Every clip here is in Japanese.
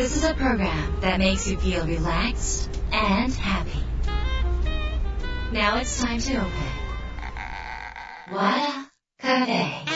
This is a program that makes you feel relaxed and happy. Now it's time to open Wada Cafe.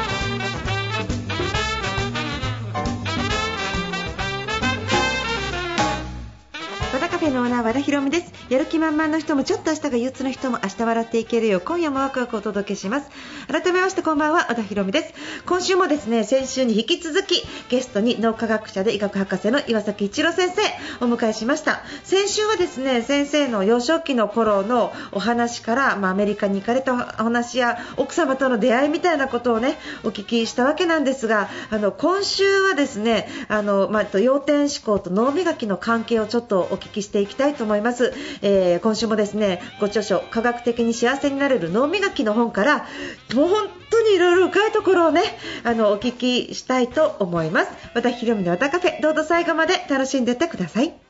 和田カフェのオーナー和田ひろみです。やる気満々の人もちょっと明日が憂鬱の人も明日笑っていけるよう今夜もワクワクお届けします。改めましてこんばんは、和田ひろみです。今週もですね、先週に引き続きゲストに脳科学者で医学博士の岩崎一郎先生をお迎えしました。先週はですね、先生の幼少期の頃のお話から、アメリカに行かれたお話や奥様との出会いみたいなことをねお聞きしたわけなんですが、今週はですね、要点思考と脳磨きの関係をちょっとお聞きしていきたいと思います。今週もですね、ご著書科学的に幸せになれる脳磨きの本からもう本当にいろいろ深いところをねお聞きしたいと思います。和田ひろみの和田カフェ、どうぞ最後まで楽しんでいってください。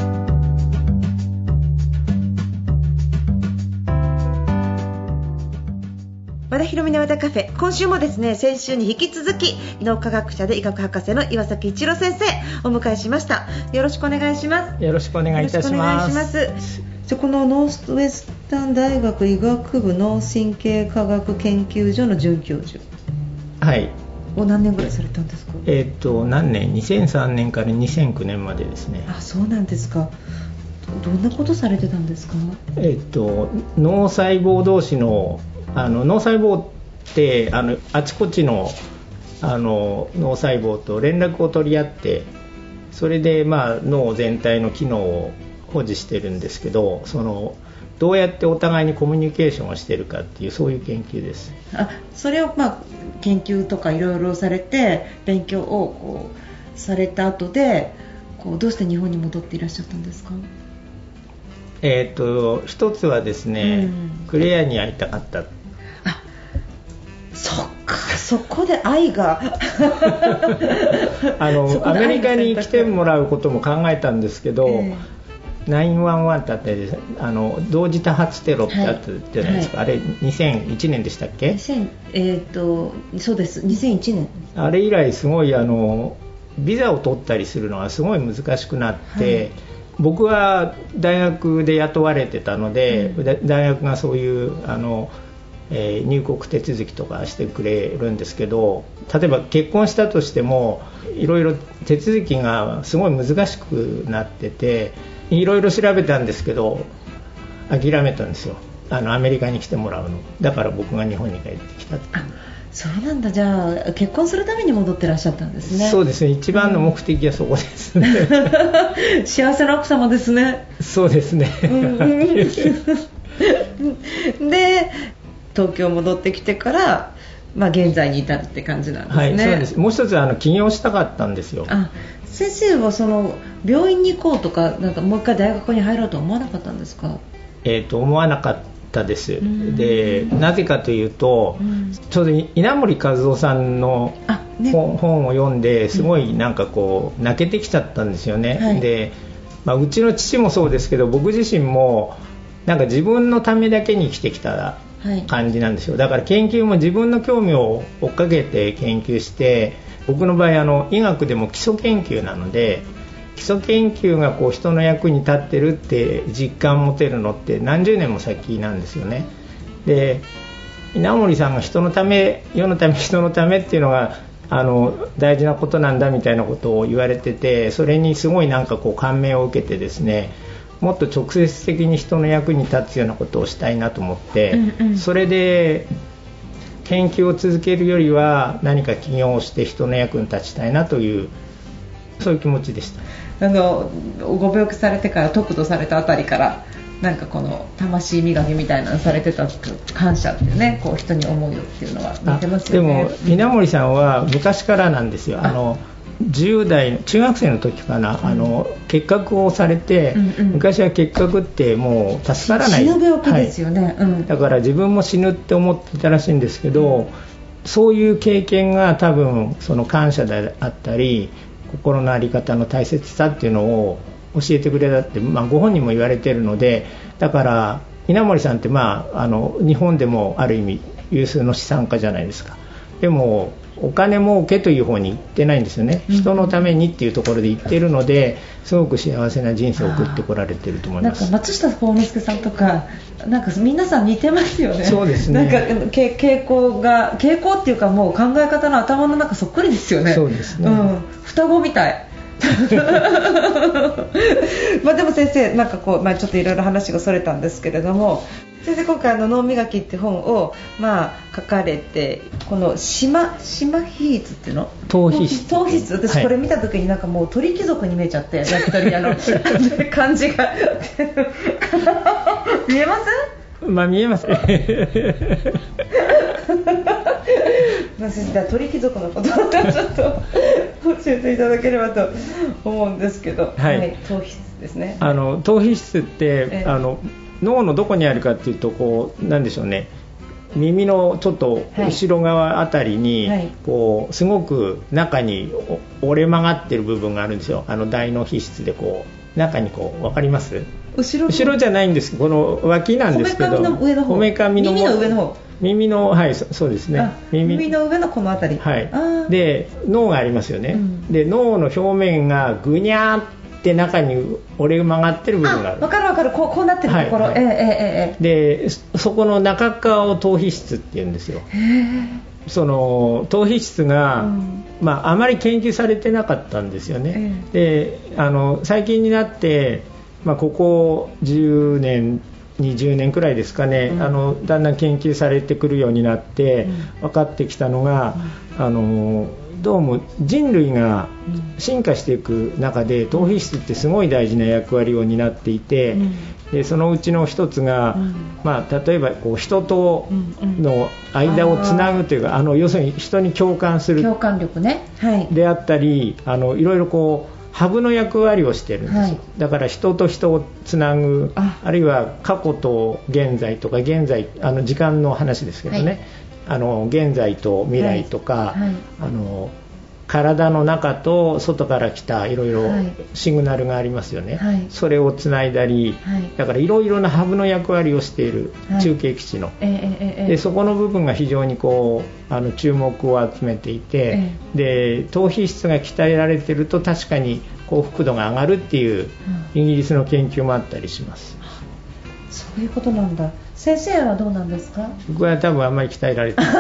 和田ひろみの和田カフェ、今週もですね、先週に引き続き脳科学者で医学博士の岩崎一郎先生をお迎えしました。よろしくお願いします。 よろしくお願いいたします。 このノースウェスタン大学医学部脳神経科学研究所の准教授、 はい、 を何年ぐらいされたんですか？ 何年、2003年から2009年までですね。 あ、そうなんですか。どんなことされてたんですか？ 脳細胞同士の脳細胞ってあちこちの脳細胞と連絡を取り合って、それで脳全体の機能を保持してるんですけど、どうやってお互いにコミュニケーションをしているかっていう、そういう研究です。 それを研究とかいろいろされて勉強をされた後でどうして日本に戻っていらっしゃったんですか？ 一つはですね、クレアに会いたかった。 そっか、そこで愛がアメリカに来てもらうことも考えたんですけど、911ってあって同時多発テロってあったじゃないですか、あれ2001年でしたっけ？ そうです、2001年。 あれ以来すごいビザを取ったりするのがすごい難しくなって、僕は大学で雇われてたので、大学がそういう入国手続きとかしてくれるんですけど、例えば結婚したとしてもいろいろ手続きがすごい難しくなってて、いろいろ調べたんですけど諦めたんですよ、アメリカに来てもらうの。だから僕が日本に帰ってきた。 そうなんだ。じゃあ結婚するために戻ってらっしゃったんですね。 そうですね、一番の目的はそこですね、 幸せな奥様ですね。 そうですね、 で東京戻ってきてから、現在に至るって感じなんですね。はい、 そうです。もう一つ起業したかったんですよ。 先生は病院に行こうとか、もう一回大学に入ろうと思わなかったんですか？ 思わなかったです。で、なぜかというと、ちょうど稲森和夫さんの本を読んですごい泣けてきちゃったんですよね。で、うちの父もそうですけど、僕自身も自分のためだけに生きてきた感じなんですよ。だから研究も自分の興味を追っかけて研究して、僕の場合医学でも基礎研究なので、基礎研究が人の役に立ってるって実感を持てるのって何十年も先なんですよね。で、稲森さんが人のため、世のため、人のためっていうのが大事なことなんだみたいなことを言われてて、それにすごい感銘を受けてですね、もっと直接的に人の役に立つようなことをしたいなと思って、それで研究を続けるよりは何か起業をして人の役に立ちたいなという、そういう気持ちでした。 ご病気されてから得度されたあたりからこの魂磨きみたいなのされてた感謝っていうね、人に思うよっていうのは似てますよね。 でも稲森さんは昔からなんですよ。10代中学生の時かな、結核をされて、昔は結核ってもう助からない、 死ぬ病気ですよね。 だから自分も死ぬって思ってたらしいんですけど、そういう経験が多分感謝であったり心の在り方の大切さっていうのを教えてくれたって、ご本人も言われているので、だから稲森さんって日本でもある意味有数の資産家じゃないですか。でもお金儲けという方に行ってないんですよね、人のためにっていうところで行ってるので、すごく幸せな人生を送ってこられてると思います。 なんか松下幸之助さんとか、なんか皆さん似てますよね。 そうですね。 なんか傾向っていうか、もう考え方の頭の中そっくりですよね。 そうですね、 双子みたい。まあでも先生、なんかこう、ちょっといろいろ話がそれたんですけれども、先生今回脳磨きって本を書かれて、この島皮質っていうの、 頭皮質、 私これ見た時になんかもう鳥貴族に見えちゃって、焼き鳥屋の感じが見えます？ 見えますね。 先生、鳥貴族のことをちょっと教えていただければと思うんですけど、頭皮質ですね。 頭皮質って脳のどこにあるかっていうと、こうなんでしょうね、耳のちょっと後ろ側あたりに、こうすごく中に折れ曲がってる部分があるんですよ。大脳皮質でこう中にこう分かります？後ろじゃないんですけど、この脇なんですけど、こめかみの耳の上の方、 耳の、そうですね、 耳の上のこのあたり、 で脳がありますよね、で脳の表面がぐにゃーって中に折れ曲がってる部分がある。 分かる、こうなってるところ、 でそこの中側を頭皮質っていうんですよ。その頭皮質が、あまり研究されてなかったんですよね。で最近になって、ここ10年20年くらいですかね、だんだん研究されてくるようになって、分かってきたのが、どうも人類が進化していく中で頭皮質ってすごい大事な役割を担っていて、でそのうちの一つが、例えばこう人との間をつなぐというか、要するに人に共感する、 共感力ね、 であったり、いろいろこうハブの役割をしてるんですよ。だから人と人をつなぐ、あるいは過去と現在とか、現在時間の話ですけどね、現在と未来とか、体の中と外から来たいろいろシグナルがありますよね、それをつないだり、だからいろいろなハブの役割をしている、中継基地の、でそこの部分が非常にこう注目を集めていて、で頭皮質が鍛えられていると確かに幸福度が上がるっていうイギリスの研究もあったりします。 そういうことなんだ。先生はどうなんですか？ 僕は多分あんまり鍛えられてない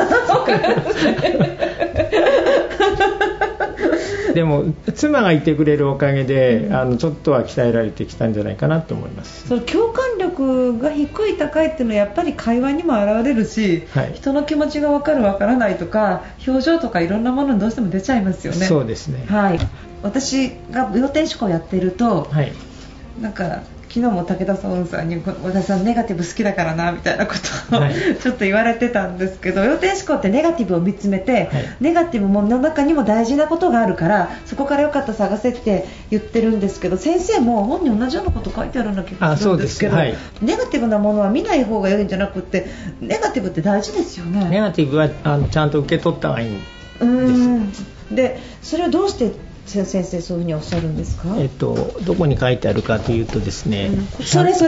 でも妻がいてくれるおかげで、ちょっとは鍛えられてきたんじゃないかなと思います。 その共感力が低い高いっていうのはやっぱり会話にも表れるし、人の気持ちが分かる分からないとか、表情とかいろんなものにどうしても出ちゃいますよね。 そうですね、 私が要点思考をやっていると、なんか昨日も武田さんに私はネガティブ好きだからなみたいなことを、ちょっと言われてたんですけど、要点思考ってネガティブを見つめて、ネガティブもの中にも大事なことがあるからそこからよかった探せって言ってるんですけど、先生も本に同じようなこと書いてあるような気がするんですけど、ネガティブなものは見ない方が良いんじゃなくて、ネガティブって大事ですよね。 ネガティブはちゃんと受け取った方がいいんです。 でそれをどうして先生そういうふうにおっしゃるんですか？ どこに書いてあるかというとですね、 それ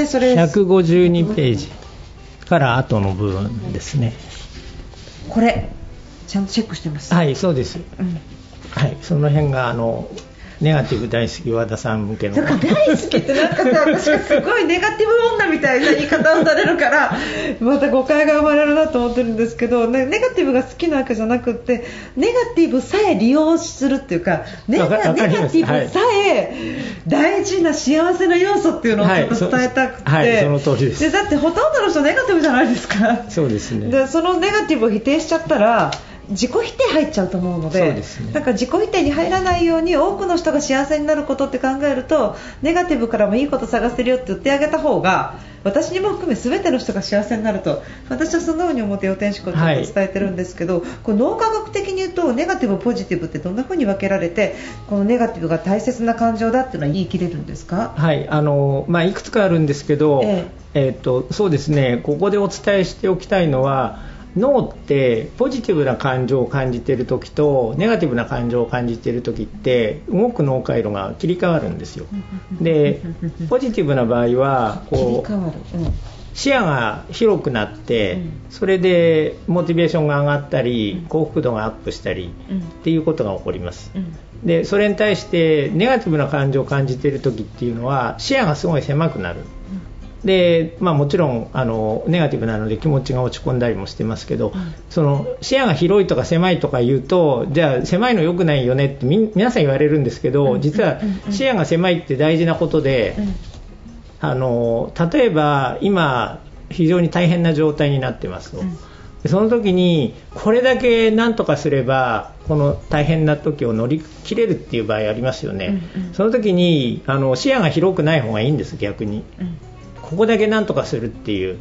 152ページから後の部分ですね。 これちゃんとチェックしてます。 そうです、その辺がネガティブ大好き和田さん向けの。 なんか大好きってなんかさ、私がすごいネガティブ女みたいな言い方をされるからまた誤解が生まれるなと思ってるんですけど、ネガティブが好きなわけじゃなくって、ネガティブさえ利用するっていうか、ネガティブさえ大事な幸せな要素っていうのをちょっと伝えたくて、 その通りです。 でだってほとんどの人ネガティブじゃないですか。 そうですね。 でそのネガティブを否定しちゃったら自己否定入っちゃうと思うので、なんか自己否定に入らないように多くの人が幸せになることって考えると、ネガティブからもいいこと探せるよって言ってあげた方が、私にも含め全ての人が幸せになると私はそのように思って要点思考を伝えてるんですけど、これ脳科学的に言うとネガティブポジティブってどんな風に分けられて、このネガティブが大切な感情だっていうのは言い切れるんですか？ いくつかあるんですけど、そうですね、ここでお伝えしておきたいのは、脳ってポジティブな感情を感じているときとネガティブな感情を感じているときって動く脳回路が切り替わるんですよ。でポジティブな場合はこう視野が広くなって、それでモチベーションが上がったり、幸福度がアップしたり、っていうことが起こります。でそれに対してネガティブな感情を感じている時っていうのは視野がすごい狭くなる。でもちろんネガティブなので気持ちが落ち込んだりもしてますけど、その視野が広いとか狭いとか言うと、じゃあ狭いの良くないよねって皆さん言われるんですけど、実は視野が狭いって大事なことで、例えば今非常に大変な状態になってますと、その時にこれだけ何とかすればこの大変な時を乗り切れるっていう場合ありますよね。その時に視野が広くない方がいいんです。逆にここだけ何とかするっていう。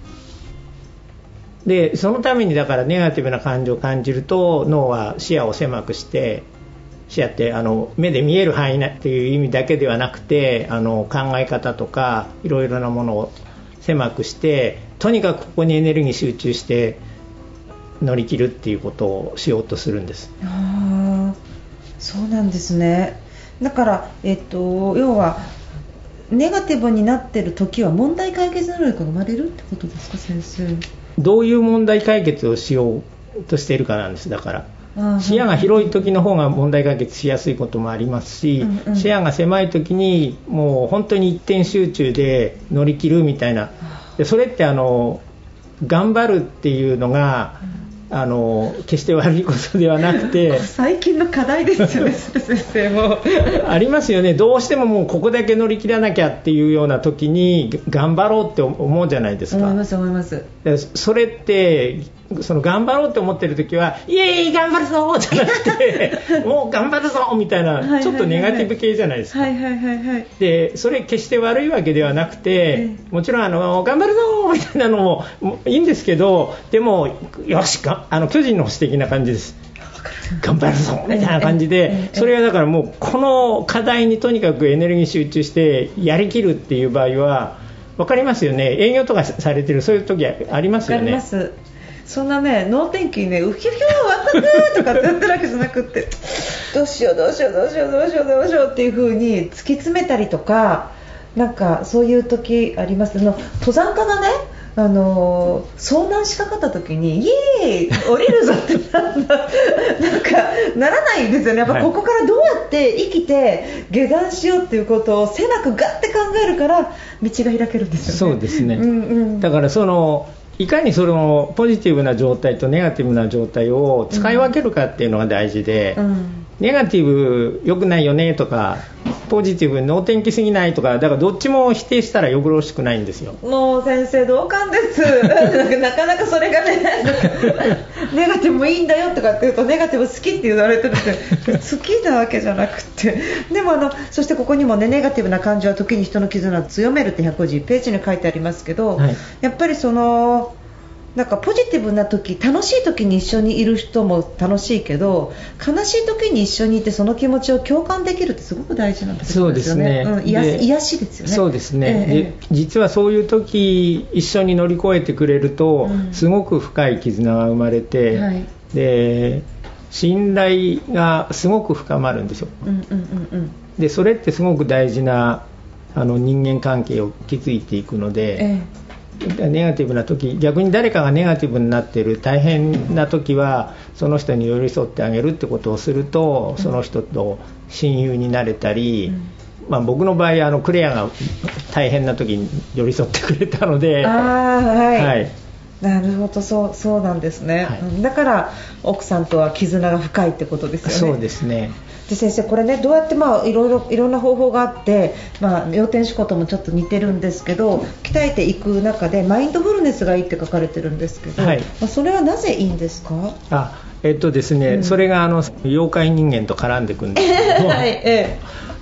でそのためにだからネガティブな感情を感じると脳は視野を狭くして、視野って目で見える範囲っていう意味だけではなくて考え方とかいろいろなものを狭くして、とにかくここにエネルギー集中して乗り切るっていうことをしようとするんです。 そうなんですね。だから、要はネガティブになっている時は問題解決能力が生まれるってことですか、先生。 どういう問題解決をしようとしているかなんです。だから視野が広い時の方が問題解決しやすいこともありますし、視野が狭い時にもう本当に一点集中で乗り切るみたいな。でそれって頑張るっていうのが決して悪いことではなくて最近の課題ですよね先生もありますよね。どうしてももうここだけ乗り切らなきゃっていうような時に頑張ろうって思うじゃないですか。 思います思います。 それってその頑張ろうって思ってる時はイエーイ頑張るぞじゃなくてもう頑張るぞみたいなちょっとネガティブ系じゃないですか。でそれ決して悪いわけではなくて、もちろん頑張るぞみたいなのもいいんですけど、でもよしか巨人の星的な感じです。頑張るぞみたいな感じで、それはだからもうこの課題にとにかくエネルギー集中してやりきるっていう場合は分かりますよね。営業とかされてるそういう時ありますよね。 あります。そんなね能天気にねウキウキワクワクとかってやってるわけじゃなくってどうしようどうしようどうしようどうしようどうしようっていう風に突き詰めたりとか、なんかそういう時あります。登山家がね遭難しかかった時にイエーイ降りるぞってなんかならないんですよね。やっぱここからどうやって生きて下山しようっていうことを狭くガッて考えるから道が開けるんですよね。 そうですね、だからいかにそのポジティブな状態とネガティブな状態を使い分けるかっていうのが大事で、ネガティブ良くないよねとかポジティブ能天気すぎないとか、だからどっちも否定したらよろしくないんですよ。 もう先生同感ですなかなかそれがねネガティブもいいんだよとかって言うとネガティブ好きって言われてるんです好きなわけじゃなくて、でもそしてここにもねネガティブな感情は時に人の絆を強めるって151ページに書いてありますけど、やっぱりなんかポジティブな時、楽しい時に一緒にいる人も楽しいけど悲しい時に一緒にいてその気持ちを共感できるってすごく大事なんですよね。そうですね、癒しですよね。そうですね、 で実はそういう時一緒に乗り越えてくれると、すごく深い絆が生まれて、で信頼がすごく深まるんですよ。でそれってすごく大事な人間関係を築いていくので、ネガティブな時、逆に誰かがネガティブになっている大変な時はその人に寄り添ってあげるってことをすると、その人と親友になれたり、僕の場合クレアが大変な時に寄り添ってくれたので、なるほど、そうなんですね、だから奥さんとは絆が深いってことですよね。 そうですね。 で先生これねどうやっていろんな方法があって、要点思考ともちょっと似てるんですけど、鍛えていく中でマインドフルネスがいいって書かれてるんですけど、それはなぜいいんですか？ ですね、それが妖怪人間と絡んでくるんですけ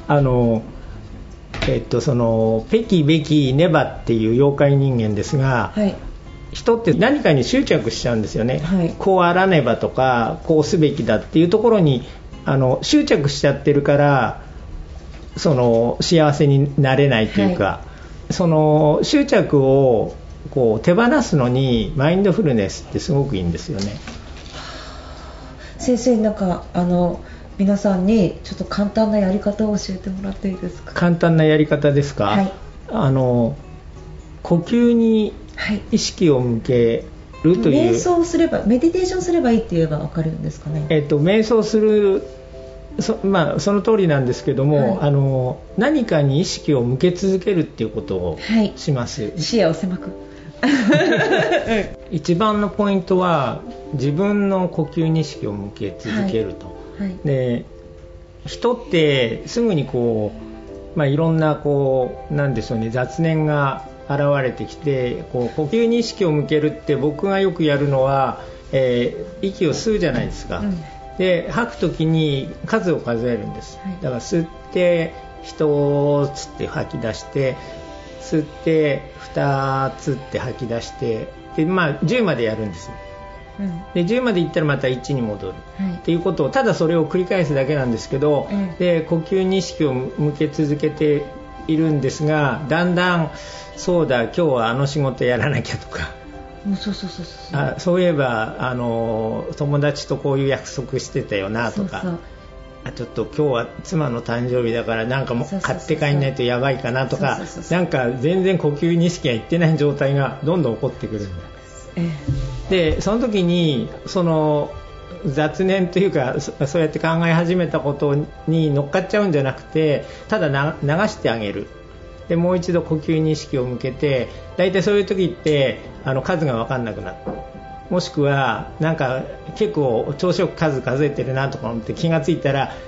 ど、そのペキベキネバっていう妖怪人間ですが、人って何かに執着しちゃうんですよね、こうあらねばとかこうすべきだっていうところに執着しちゃってるから幸せになれないというか、その執着を手放すのにマインドフルネスってすごくいいんですよね。 先生なんか皆さんにちょっと簡単なやり方を教えてもらっていいですか？ 簡単なやり方ですか？こ呼吸に意識を向けるという、 瞑想すれば、メディテーションすればいいって言えば分かるんですかね。 瞑想するその通りなんですけども、はい、何かに意識を向け続けるっていうことをします、はい、 視野を狭く一番のポイントは自分の呼吸に意識を向け続けると、はいはい、で人ってすぐにこう、いろんななんでしょうね、雑念が現れてきて呼吸に意識を向けるって、僕がよくやるのは、息を吸うじゃないですか、で吐くときに数を数えるんです、だから吸って1つって吐き出して、吸って2つって吐き出して、で、10までやるんです、で10までいったらまた1に戻る、っていうことを、ただそれを繰り返すだけなんですけど、で呼吸に意識を向け続けているんですが、だんだんそうだ今日はあの仕事やらなきゃとか、そういえば友達とこういう約束してたよなとか、ちょっと今日は妻の誕生日だからなんかも買って帰んないとやばいかなとか、なんか全然呼吸に意識がいってない状態がどんどん起こってくるんだ、でその時にその雑念というか、そうやって考え始めたことに乗っかっちゃうんじゃなくて、ただ流してあげる。でもう一度呼吸に意識を向けて、だいたいそういう時って数が分かんなくなる、もしくはなんか結構調子よく数数えてるなとか思って気がついたら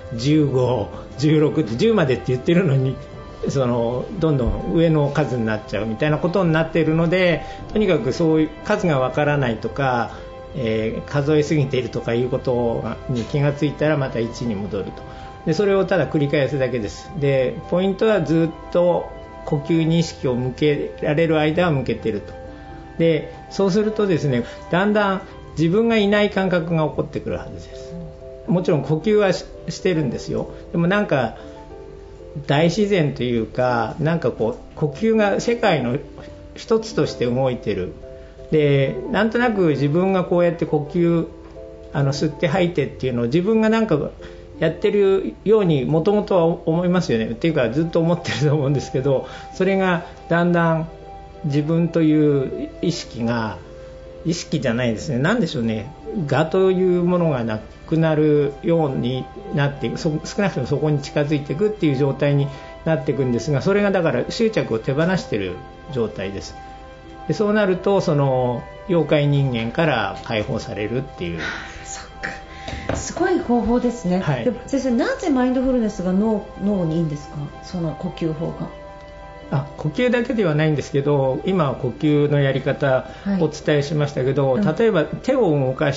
15、16って10までって言ってるのにどんどん上の数になっちゃうみたいなことになっているので、とにかくそういう数が分からないとか、数えすぎているとかいうことに気がついたらまた1に戻ると。でそれをただ繰り返すだけです。でポイントはずっと呼吸に意識を向けられる間は向けていると。でそうするとですね、だんだん自分がいない感覚が起こってくるはずです。もちろん呼吸はしてるんですよ。でもなんか大自然というか、なんか呼吸が世界の一つとして動いてる。でなんとなく自分がこうやって呼吸吸って吐いてっていうのを自分がなんかやってるようにもともとは思いますよね。っていうかずっと思ってると思うんですけど、それがだんだん自分という意識じゃないですね、なんでしょうね、我というものがなくなるようになっていく、少なくともそこに近づいていくっていう状態になっていくんですが、それがだから執着を手放している状態です。でそうなるとその妖怪人間から解放されるっていう。 そっか、すごい方法ですね、はい、でも先生、なぜマインドフルネスが脳にいいんですか、その呼吸法が。 呼吸だけではないんですけど、今は呼吸のやり方をお伝えしましたけど、例えば手を動かして、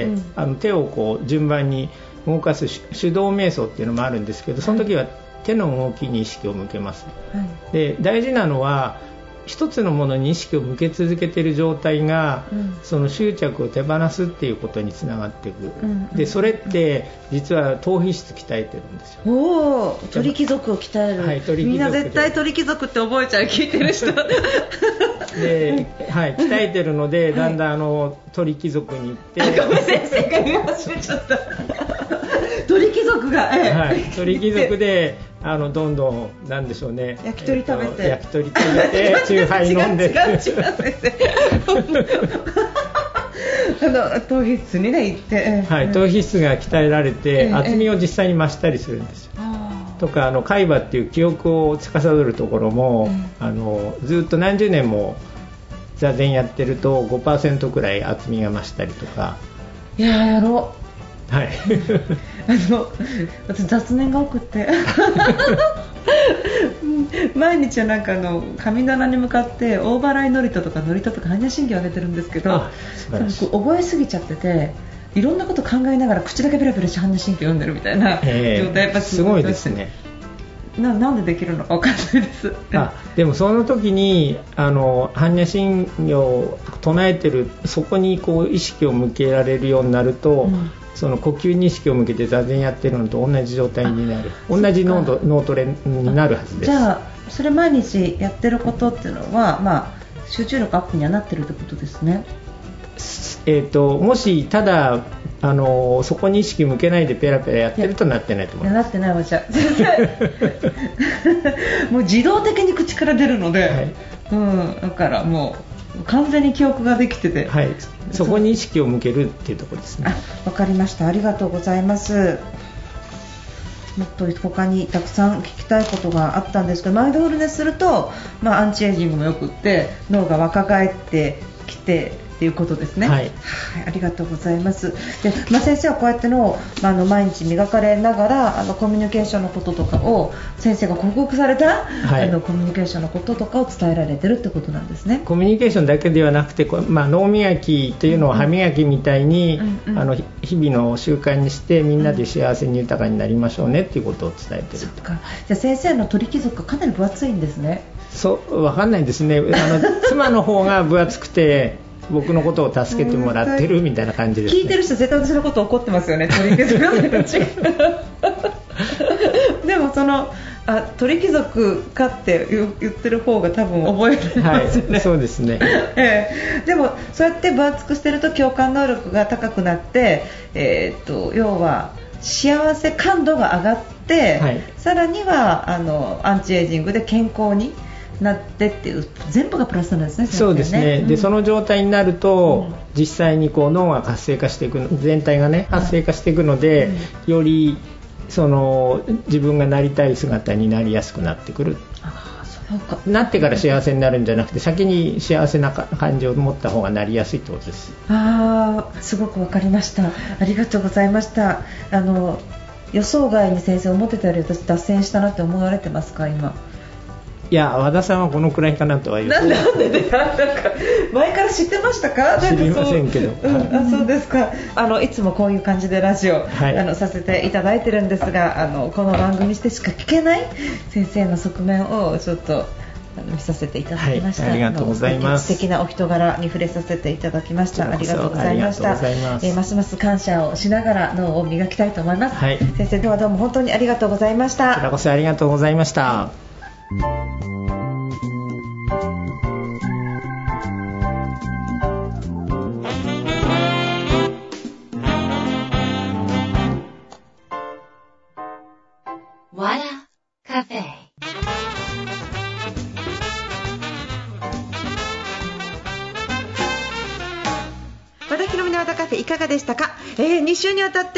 手をこう順番に動かす手動瞑想っていうのもあるんですけど、その時は手の動きに意識を向けます、で大事なのは一つのものに意識を向け続けている状態が、その執着を手放すっていうことにつながっていく、でそれって実は頭皮質鍛えてるんですよ。 おー、鳥貴族を鍛える、はい、みんな絶対鳥貴族って覚えちゃう、聞いてる人で、はい、鍛えてるので、だんだん鳥貴族に行ってごめん、先生が言い始めちゃった鳥貴族が、 はい、鳥貴族でどんどんなんでしょうね、 焼き鳥食べて、 焼き鳥食べてチューハイ飲んで、 違う先生頭皮質にね行って、 はい、頭皮質が鍛えられて、厚みを実際に増したりするんですよ、とか海馬っていう記憶を司るところも、ずっと何十年も座禅やってると 5% くらい厚みが増したりとか。 やろう、はい、 私雑念が多くって毎日はなんか神棚に向かって大払い祝詞とか祝詞とか般若心経をあげてるんですけど、覚えすぎちゃってて、いろんなこと考えながら口だけペラペラして般若心経読んでるみたいな状態、やっぱすごいですね。 なんでできるのか分かんないです。 でもその時に般若心経を唱えてる、そこにこう意識を向けられるようになると、その呼吸に意識を向けて座禅やってるのと同じ状態になる、同じ脳トレになるはずです。 じゃあそれ毎日やってることっていうのは、集中力アップにはなってるってことですね。 もしただそこに意識向けないでペラペラやってるとなってないと思います。 なってないわ、じゃあもう自動的に口から出るので、 だからもう完全に記憶ができてて、 はい、そこに意識を向けるっていうところですね。 わかりました。ありがとうございます。もっと他にたくさん聞きたいことがあったんですけど、マインドフルネスすると、アンチエイジングもよくって脳が若返ってきてっていうことですね。はい、ありがとうございます。で、先生はこうやっての、毎日磨かれながらコミュニケーションのこととかを先生が克服された、コミュニケーションのこととかを伝えられてるってことなんですね。 コミュニケーションだけではなくて、脳磨きというのを歯磨きみたいに、日々の習慣にしてみんなで幸せに豊かになりましょうねっていうことを伝えてる。 そっか。じゃあ先生の鳥貴族がかなり分厚いんですね。 分かんないですね。妻の方が分厚くて僕のことを助けてもらってるみたいな感じです、ね。 聞いてる人絶対私のこと怒ってますよね。鳥貴族でも鳥貴族かって言ってる方が多分覚えられますよね。 はい、そうですね。 でもそうやって分厚くしてると共感能力が高くなって、要は幸せ感度が上がって、さらにはアンチエイジングで健康になってっていう全部がプラスなんですね。 そうですね。でその状態になると、実際に脳が活性化していく、全体がね活性化していくので、より自分がなりたい姿になりやすくなってくる。なってから幸せになるんじゃなくて、先に幸せな感情を持った方がなりやすいってことです。 すごく分かりました。ありがとうございました。予想外に先生思ってたより私脱線したなって思われてますか今？ いや、和田さんはこのくらいかなとは言う。 なんで前から知ってましたか？ 知りませんけど。 そうですか。いつもこういう感じでラジオ、させていただいてるんですが、この番組してしか聞けない先生の側面をちょっと見させていただきました。 ありがとうございます。 素敵なお人柄に触れさせていただきました。ありがとうございました。ますます感謝をしながら脳を磨きたいと思います。先生、ではどうも本当にありがとうございました。 こちらこそありがとうございました。 和田カフェ。 和田博美の和田カフェいかがでしたか？2週にわたって、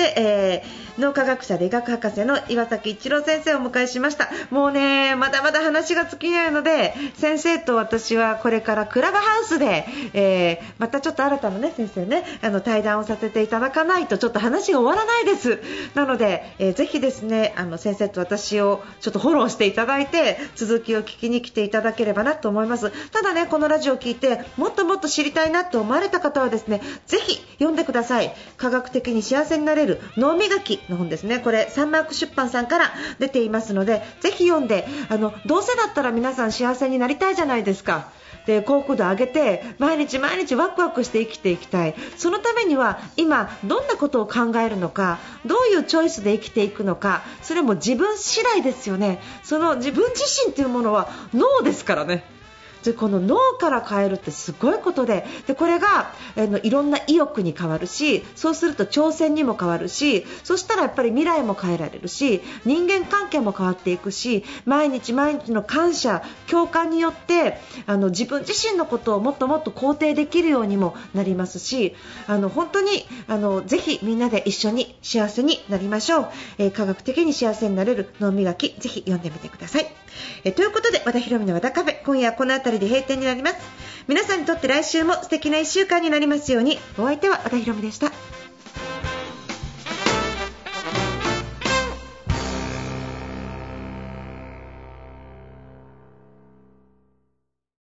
脳科学者で医学博士の岩崎一郎先生をお迎えしました。もうね、まだまだ話が尽きないので、先生と私はこれからクラブハウスで、またちょっと新たなね先生ね対談をさせていただかないとちょっと話が終わらないです。なので、ぜひですね先生と私をちょっとフォローしていただいて続きを聞きに来ていただければなと思います。ただね、このラジオを聞いてもっともっと知りたいなと思われた方はですね、ぜひ読んでください。科学的に幸せになれる脳磨きの本ですね。これサンマーク出版さんから出ていますので、ぜひ読んで、どうせだったら皆さん幸せになりたいじゃないですか。で、幸福度上げて毎日毎日ワクワクして生きていきたい。そのためには今どんなことを考えるのか、どういうチョイスで生きていくのか、それも自分次第ですよね。その自分自身というものは脳ですからね。でこの脳から変えるってすごいことで、これがいろんな意欲に変わるし、そうすると挑戦にも変わるし、そしたらやっぱり未来も変えられるし、人間関係も変わっていくし、毎日毎日の感謝共感によって自分自身のことをもっともっと肯定できるようにもなりますし、本当にぜひみんなで一緒に幸せになりましょう。科学的に幸せになれる脳磨き、ぜひ読んでみてください。ということで、和田博美の和田カフェ、今夜はこの辺りで閉店になります。皆さんにとって来週も素敵な1週間になりますように。お相手は和田博美でした。